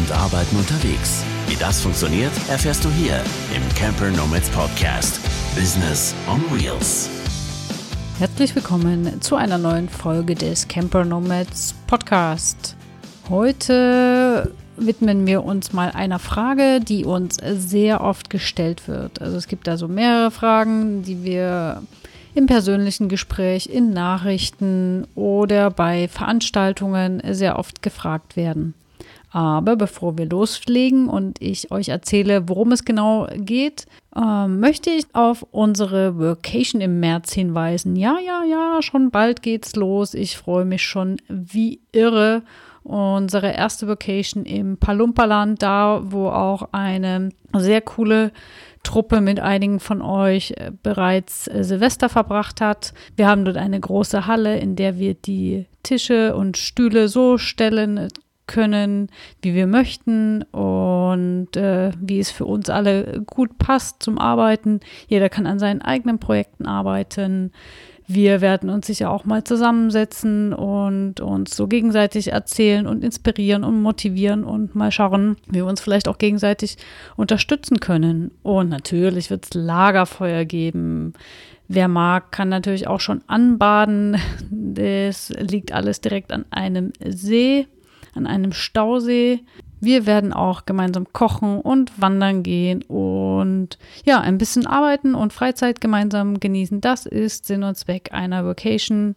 und Arbeiten unterwegs. Wie das funktioniert, erfährst du hier im Camper Nomads Podcast. Business on Wheels. Herzlich willkommen zu einer neuen Folge des Camper Nomads Podcast. Heute widmen wir uns mal einer Frage, die uns sehr oft gestellt wird. Also es gibt da so mehrere Fragen, die wir im persönlichen Gespräch, in Nachrichten oder bei Veranstaltungen sehr oft gefragt werden. Aber bevor wir loslegen und ich euch erzähle, worum es genau geht, möchte ich auf unsere Workation im März hinweisen. Ja, schon bald geht's los. Ich freue mich schon wie irre. Unsere erste Vacation im Palumpaland, da wo auch eine sehr coole Truppe mit einigen von euch bereits Silvester verbracht hat. Wir haben dort eine große Halle, in der wir die Tische und Stühle so stellen können, wie wir möchten und wie es für uns alle gut passt zum Arbeiten. Jeder kann an seinen eigenen Projekten arbeiten. Wir werden uns sicher auch mal zusammensetzen und uns so gegenseitig erzählen und inspirieren und motivieren und mal schauen, wie wir uns vielleicht auch gegenseitig unterstützen können. Und natürlich wird es Lagerfeuer geben. Wer mag, kann natürlich auch schon anbaden. Das liegt alles direkt an einem See, an einem Stausee. Wir werden auch gemeinsam kochen und wandern gehen und ja, ein bisschen arbeiten und Freizeit gemeinsam genießen. Das ist Sinn und Zweck einer Vacation.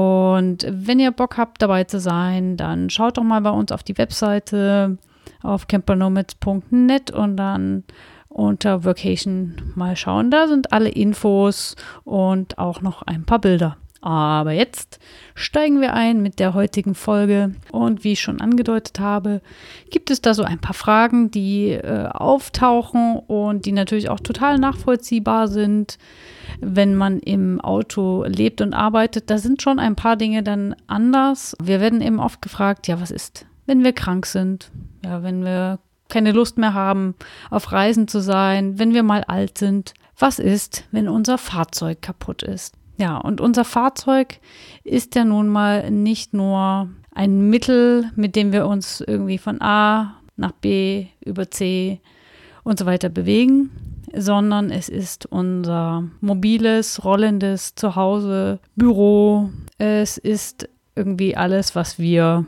Und wenn ihr Bock habt, dabei zu sein, dann schaut doch mal bei uns auf die Webseite auf campernomads.net und dann unter Vacation mal schauen. Da sind alle Infos und auch noch ein paar Bilder. Aber jetzt steigen wir ein mit der heutigen Folge und wie ich schon angedeutet habe, gibt es da so ein paar Fragen, die auftauchen und die natürlich auch total nachvollziehbar sind, wenn man im Auto lebt und arbeitet. Da sind schon ein paar Dinge dann anders. Wir werden eben oft gefragt, ja, was ist, wenn wir krank sind? Ja, wenn wir keine Lust mehr haben, auf Reisen zu sein, wenn wir mal alt sind. Was ist, wenn unser Fahrzeug kaputt ist? Ja, und unser Fahrzeug ist ja nun mal nicht nur ein Mittel, mit dem wir uns irgendwie von A nach B über C und so weiter bewegen, sondern es ist unser mobiles, rollendes Zuhause, Büro. Es ist irgendwie alles, was wir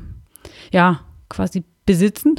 ja quasi besitzen,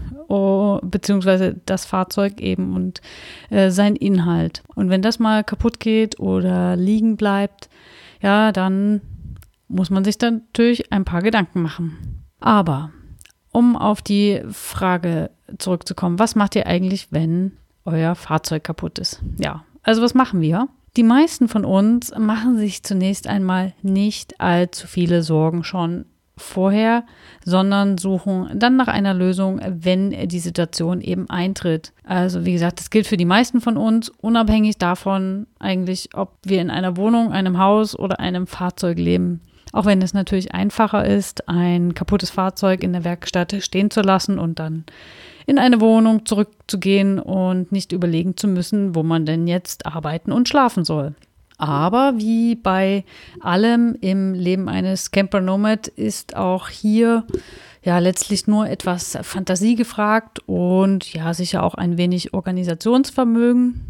beziehungsweise das Fahrzeug eben und sein Inhalt. Und wenn das mal kaputt geht oder liegen bleibt, ja, dann muss man sich dann natürlich ein paar Gedanken machen. Aber um auf die Frage zurückzukommen, was macht ihr eigentlich, wenn euer Fahrzeug kaputt ist? Ja, also was machen wir? Die meisten von uns machen sich zunächst einmal nicht allzu viele Sorgen schon vorher, sondern suchen dann nach einer Lösung, wenn die Situation eben eintritt. Also wie gesagt, das gilt für die meisten von uns, unabhängig davon eigentlich, ob wir in einer Wohnung, einem Haus oder einem Fahrzeug leben. Auch wenn es natürlich einfacher ist, ein kaputtes Fahrzeug in der Werkstatt stehen zu lassen und dann in eine Wohnung zurückzugehen und nicht überlegen zu müssen, wo man denn jetzt arbeiten und schlafen soll. Aber wie bei allem im Leben eines Camper Nomad ist auch hier ja letztlich nur etwas Fantasie gefragt und ja sicher auch ein wenig Organisationsvermögen.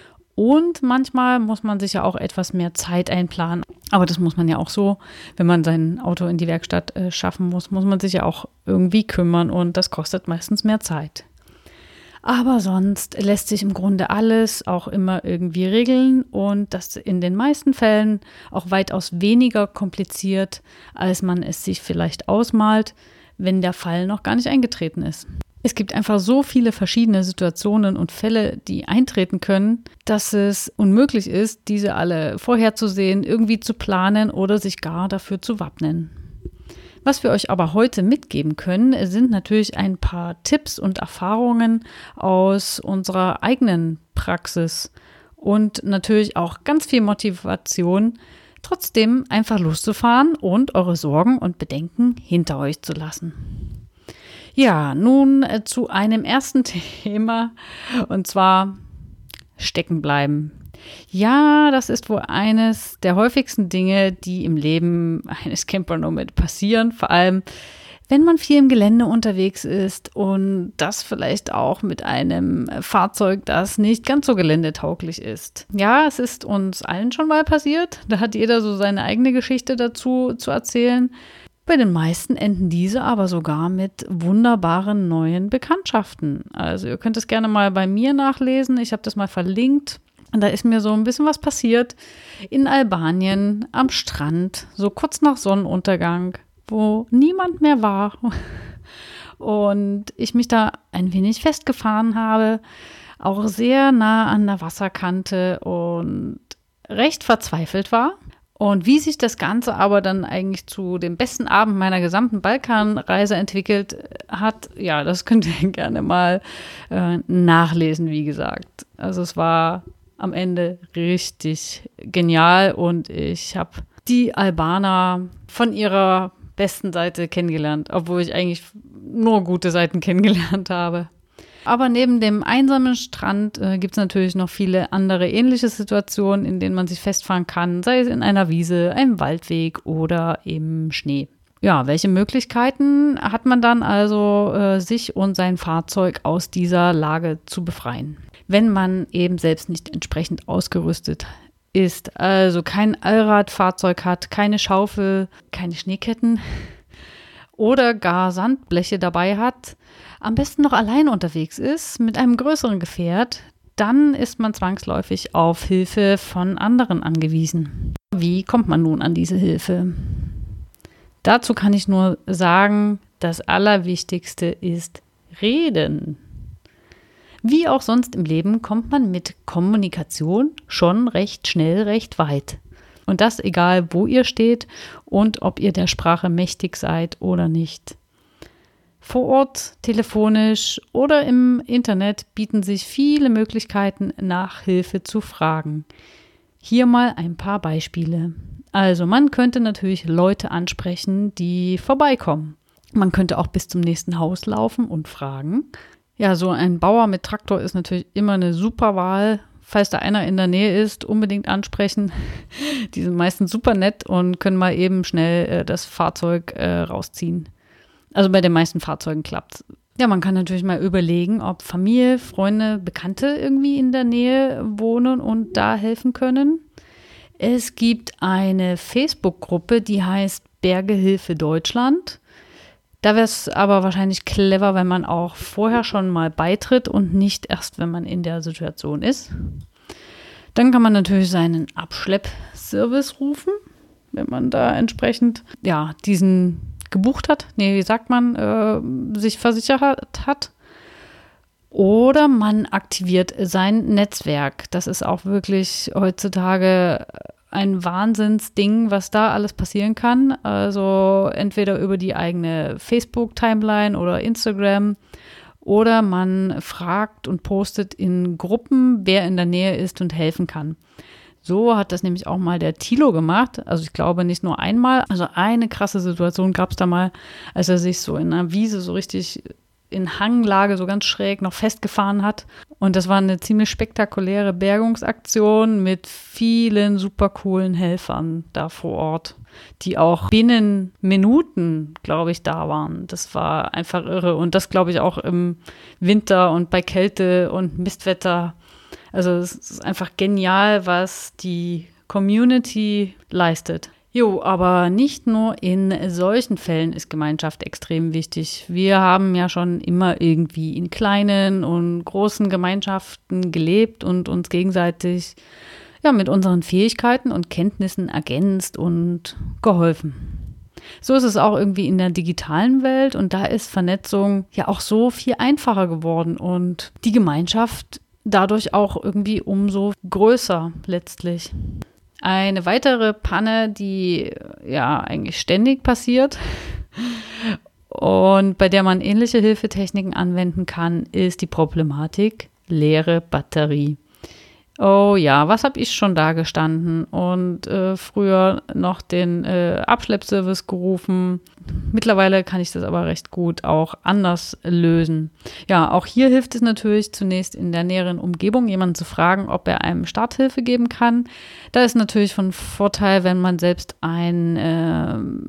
Und manchmal muss man sich ja auch etwas mehr Zeit einplanen. Aber das muss man ja auch so, wenn man sein Auto in die Werkstatt schaffen muss man sich ja auch irgendwie kümmern und das kostet meistens mehr Zeit. Aber sonst lässt sich im Grunde alles auch immer irgendwie regeln und das in den meisten Fällen auch weitaus weniger kompliziert, als man es sich vielleicht ausmalt, wenn der Fall noch gar nicht eingetreten ist. Es gibt einfach so viele verschiedene Situationen und Fälle, die eintreten können, dass es unmöglich ist, diese alle vorherzusehen, irgendwie zu planen oder sich gar dafür zu wappnen. Was wir euch aber heute mitgeben können, sind natürlich ein paar Tipps und Erfahrungen aus unserer eigenen Praxis und natürlich auch ganz viel Motivation, trotzdem einfach loszufahren und eure Sorgen und Bedenken hinter euch zu lassen. Ja, nun zu einem ersten Thema und zwar stecken bleiben. Ja, das ist wohl eines der häufigsten Dinge, die im Leben eines Camper Nomad passieren, vor allem Wenn man viel im Gelände unterwegs ist und das vielleicht auch mit einem Fahrzeug, das nicht ganz so geländetauglich ist. Ja, es ist uns allen schon mal passiert. Da hat jeder so seine eigene Geschichte dazu zu erzählen. Bei den meisten enden diese aber sogar mit wunderbaren neuen Bekanntschaften. Also ihr könnt es gerne mal bei mir nachlesen. Ich habe das mal verlinkt. Und da ist mir so ein bisschen was passiert in Albanien am Strand, so kurz nach Sonnenuntergang, wo niemand mehr war und ich mich da ein wenig festgefahren habe, auch sehr nah an der Wasserkante und recht verzweifelt war. Und wie sich das Ganze aber dann eigentlich zu dem besten Abend meiner gesamten Balkanreise entwickelt hat, ja, das könnt ihr gerne mal nachlesen, wie gesagt. Also es war am Ende richtig genial und ich habe die Albaner von ihrer besten Seite kennengelernt, obwohl ich eigentlich nur gute Seiten kennengelernt habe. Aber neben dem einsamen Strand gibt es natürlich noch viele andere ähnliche Situationen, in denen man sich festfahren kann, sei es in einer Wiese, einem Waldweg oder im Schnee. Ja, welche Möglichkeiten hat man dann also, sich und sein Fahrzeug aus dieser Lage zu befreien, wenn man eben selbst nicht entsprechend ausgerüstet ist, also kein Allradfahrzeug hat, keine Schaufel, keine Schneeketten oder gar Sandbleche dabei hat, am besten noch allein unterwegs ist mit einem größeren Gefährt, dann ist man zwangsläufig auf Hilfe von anderen angewiesen. Wie kommt man nun an diese Hilfe? Dazu kann ich nur sagen, das Allerwichtigste ist reden. Wie auch sonst im Leben kommt man mit Kommunikation schon recht schnell recht weit. Und das egal, wo ihr steht und ob ihr der Sprache mächtig seid oder nicht. Vor Ort, telefonisch oder im Internet bieten sich viele Möglichkeiten, nach Hilfe zu fragen. Hier mal ein paar Beispiele. Also man könnte natürlich Leute ansprechen, die vorbeikommen. Man könnte auch bis zum nächsten Haus laufen und fragen. Ja, so ein Bauer mit Traktor ist natürlich immer eine super Wahl. Falls da einer in der Nähe ist, unbedingt ansprechen. Die sind meistens super nett und können mal eben schnell das Fahrzeug rausziehen. Also bei den meisten Fahrzeugen klappt's. Ja, man kann natürlich mal überlegen, ob Familie, Freunde, Bekannte irgendwie in der Nähe wohnen und da helfen können. Es gibt eine Facebook-Gruppe, die heißt Bergehilfe Deutschland. Da wäre es aber wahrscheinlich clever, wenn man auch vorher schon mal beitritt und nicht erst, wenn man in der Situation ist. Dann kann man natürlich seinen Abschleppservice rufen, wenn man da entsprechend diesen gebucht hat. Wie sagt man, sich versichert hat. Oder man aktiviert sein Netzwerk. Das ist auch wirklich heutzutage ein Wahnsinnsding, was da alles passieren kann. Also entweder über die eigene Facebook-Timeline oder Instagram oder man fragt und postet in Gruppen, wer in der Nähe ist und helfen kann. So hat das nämlich auch mal der Thilo gemacht. Also ich glaube nicht nur einmal. Also eine krasse Situation gab es da mal, als er sich so in einer Wiese so richtig in Hanglage so ganz schräg noch festgefahren hat. Und das war eine ziemlich spektakuläre Bergungsaktion mit vielen super coolen Helfern da vor Ort, die auch binnen Minuten, glaube ich, da waren. Das war einfach irre. Und das, glaube ich, auch im Winter und bei Kälte und Mistwetter. Also es ist einfach genial, was die Community leistet. Jo, aber nicht nur in solchen Fällen ist Gemeinschaft extrem wichtig. Wir haben ja schon immer irgendwie in kleinen und großen Gemeinschaften gelebt und uns gegenseitig mit unseren Fähigkeiten und Kenntnissen ergänzt und geholfen. So ist es auch irgendwie in der digitalen Welt und da ist Vernetzung ja auch so viel einfacher geworden und die Gemeinschaft dadurch auch irgendwie umso größer letztlich. Eine weitere Panne, die eigentlich ständig passiert und bei der man ähnliche Hilfetechniken anwenden kann, ist die Problematik leere Batterie. Oh ja, was habe ich schon da gestanden und früher noch den Abschleppservice gerufen. Mittlerweile kann ich das aber recht gut auch anders lösen. Ja, auch hier hilft es natürlich zunächst in der näheren Umgebung, jemanden zu fragen, ob er einem Starthilfe geben kann. Da ist natürlich von Vorteil, wenn man selbst ein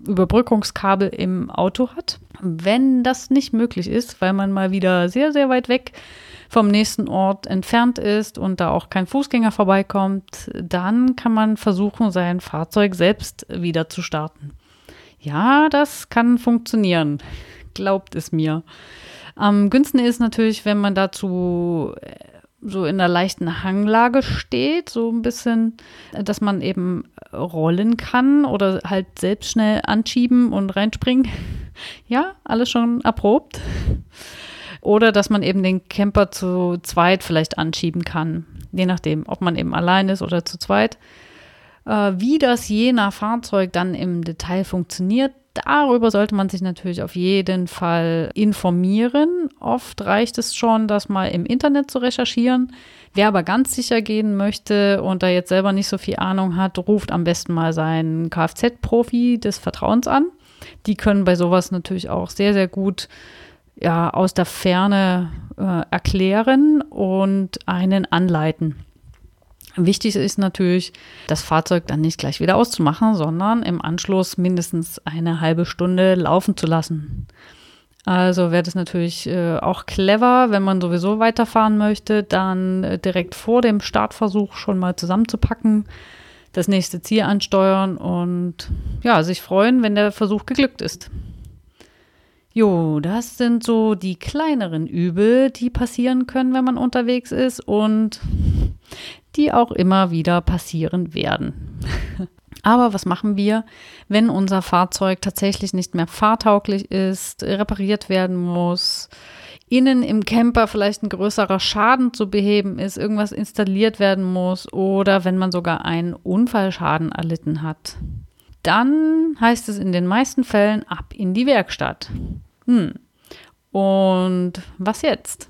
Überbrückungskabel im Auto hat. Wenn das nicht möglich ist, weil man mal wieder sehr, sehr weit weg vom nächsten Ort entfernt ist und da auch kein Fußgänger vorbeikommt, dann kann man versuchen, sein Fahrzeug selbst wieder zu starten. Ja, das kann funktionieren. Glaubt es mir. Am günstigsten ist natürlich, wenn man dazu so in einer leichten Hanglage steht, so ein bisschen, dass man eben rollen kann oder halt selbst schnell anschieben und reinspringen. Ja, alles schon erprobt. Oder dass man eben den Camper zu zweit vielleicht anschieben kann, je nachdem, ob man eben allein ist oder zu zweit. Wie das je nach Fahrzeug dann im Detail funktioniert, darüber sollte man sich natürlich auf jeden Fall informieren. Oft reicht es schon, das mal im Internet zu recherchieren. Wer aber ganz sicher gehen möchte und da jetzt selber nicht so viel Ahnung hat, ruft am besten mal seinen Kfz-Profi des Vertrauens an. Die können bei sowas natürlich auch sehr, sehr gut aus der Ferne erklären und einen anleiten. Wichtig ist natürlich, das Fahrzeug dann nicht gleich wieder auszumachen, sondern im Anschluss mindestens eine halbe Stunde laufen zu lassen. Also wäre das natürlich auch clever, wenn man sowieso weiterfahren möchte, dann direkt vor dem Startversuch schon mal zusammenzupacken, das nächste Ziel ansteuern und sich freuen, wenn der Versuch geglückt ist. Jo, das sind so die kleineren Übel, die passieren können, wenn man unterwegs ist und die auch immer wieder passieren werden. Aber was machen wir, wenn unser Fahrzeug tatsächlich nicht mehr fahrtauglich ist, repariert werden muss, innen im Camper vielleicht ein größerer Schaden zu beheben ist, irgendwas installiert werden muss oder wenn man sogar einen Unfallschaden erlitten hat? Dann heißt es in den meisten Fällen ab in die Werkstatt. Und was jetzt?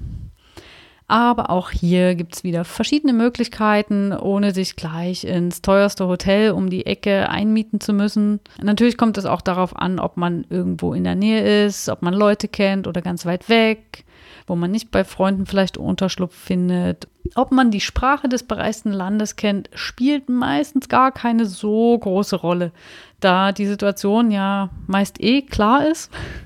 Aber auch hier gibt es wieder verschiedene Möglichkeiten, ohne sich gleich ins teuerste Hotel um die Ecke einmieten zu müssen. Natürlich kommt es auch darauf an, ob man irgendwo in der Nähe ist, ob man Leute kennt oder ganz weit weg, wo man nicht bei Freunden vielleicht Unterschlupf findet. Ob man die Sprache des bereisten Landes kennt, spielt meistens gar keine so große Rolle, da die Situation ja meist klar ist.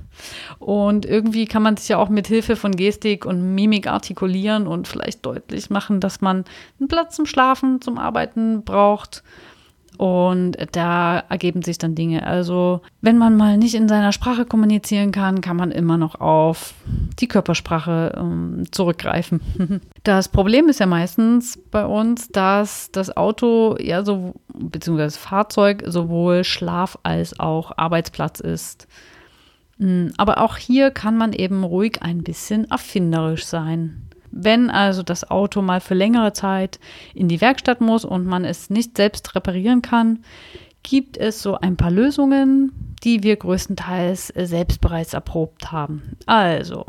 Und irgendwie kann man sich ja auch mit Hilfe von Gestik und Mimik artikulieren und vielleicht deutlich machen, dass man einen Platz zum Schlafen, zum Arbeiten braucht. Und da ergeben sich dann Dinge. Also wenn man mal nicht in seiner Sprache kommunizieren kann, kann man immer noch auf die Körpersprache zurückgreifen. Das Problem ist ja meistens bei uns, dass das Auto beziehungsweise das Fahrzeug sowohl Schlaf- als auch Arbeitsplatz ist. Aber auch hier kann man eben ruhig ein bisschen erfinderisch sein. Wenn also das Auto mal für längere Zeit in die Werkstatt muss und man es nicht selbst reparieren kann, gibt es so ein paar Lösungen, die wir größtenteils selbst bereits erprobt haben. Also,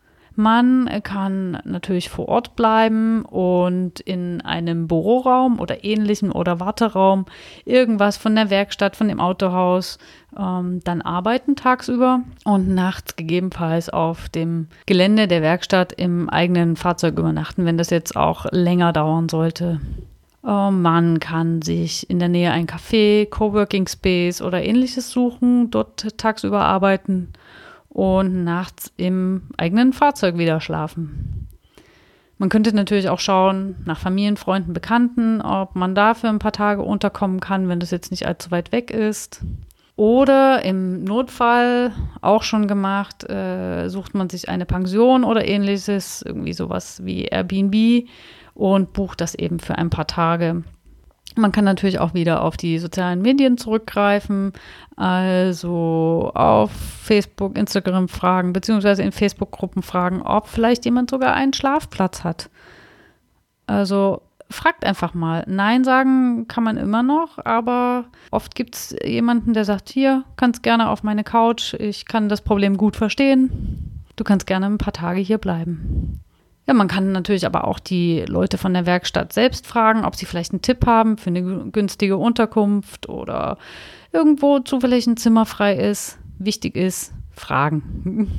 man kann natürlich vor Ort bleiben und in einem Büroraum oder ähnlichem oder Warteraum irgendwas von der Werkstatt, von dem Autohaus dann arbeiten tagsüber und nachts gegebenenfalls auf dem Gelände der Werkstatt im eigenen Fahrzeug übernachten, wenn das jetzt auch länger dauern sollte. Man kann sich in der Nähe ein Café, Coworking Space oder ähnliches suchen, dort tagsüber arbeiten und nachts im eigenen Fahrzeug wieder schlafen. Man könnte natürlich auch schauen nach Familien, Freunden, Bekannten, ob man da für ein paar Tage unterkommen kann, wenn das jetzt nicht allzu weit weg ist. Oder im Notfall, auch schon gemacht, sucht man sich eine Pension oder ähnliches, irgendwie sowas wie Airbnb und bucht das eben für ein paar Tage. Man kann natürlich auch wieder auf die sozialen Medien zurückgreifen, also auf Facebook, Instagram fragen, beziehungsweise in Facebook-Gruppen fragen, ob vielleicht jemand sogar einen Schlafplatz hat. Also fragt einfach mal. Nein sagen kann man immer noch, aber oft gibt es jemanden, der sagt, hier, kannst gerne auf meine Couch, ich kann das Problem gut verstehen. Du kannst gerne ein paar Tage hier bleiben. Ja, man kann natürlich aber auch die Leute von der Werkstatt selbst fragen, ob sie vielleicht einen Tipp haben für eine günstige Unterkunft oder irgendwo zufällig ein Zimmer frei ist. Wichtig ist, fragen.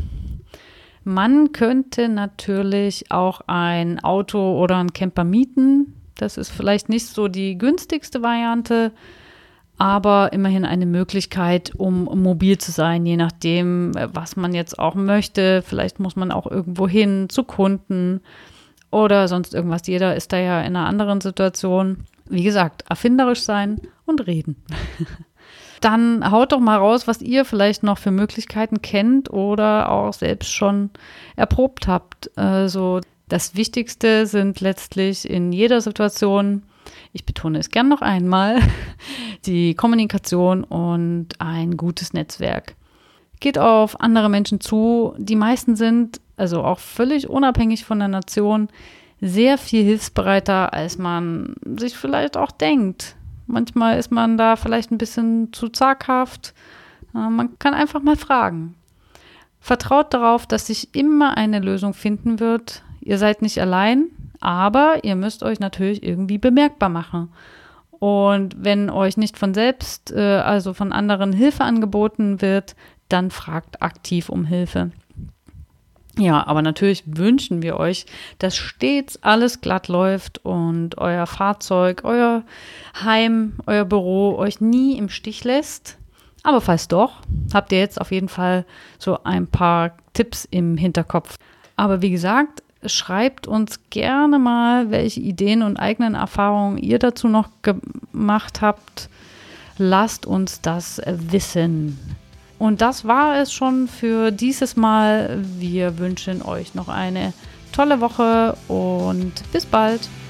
Man könnte natürlich auch ein Auto oder einen Camper mieten. Das ist vielleicht nicht so die günstigste Variante, aber immerhin eine Möglichkeit, um mobil zu sein, je nachdem, was man jetzt auch möchte. Vielleicht muss man auch irgendwo hin zu Kunden oder sonst irgendwas. Jeder ist da ja in einer anderen Situation. Wie gesagt, erfinderisch sein und reden. Dann haut doch mal raus, was ihr vielleicht noch für Möglichkeiten kennt oder auch selbst schon erprobt habt. Also das Wichtigste sind letztlich in jeder Situation, ich betone es gern noch einmal, die Kommunikation und ein gutes Netzwerk. Geht auf andere Menschen zu. Die meisten sind, also auch völlig unabhängig von der Nation, sehr viel hilfsbereiter, als man sich vielleicht auch denkt. Manchmal ist man da vielleicht ein bisschen zu zaghaft. Man kann einfach mal fragen. Vertraut darauf, dass sich immer eine Lösung finden wird. Ihr seid nicht allein, aber ihr müsst euch natürlich irgendwie bemerkbar machen. Und wenn euch nicht von selbst, also von anderen Hilfe angeboten wird, dann fragt aktiv um Hilfe. Ja, aber natürlich wünschen wir euch, dass stets alles glatt läuft und euer Fahrzeug, euer Heim, euer Büro euch nie im Stich lässt. Aber falls doch, habt ihr jetzt auf jeden Fall so ein paar Tipps im Hinterkopf. Aber wie gesagt, schreibt uns gerne mal, welche Ideen und eigenen Erfahrungen ihr dazu noch gemacht habt. Lasst uns das wissen. Und das war es schon für dieses Mal. Wir wünschen euch noch eine tolle Woche und bis bald.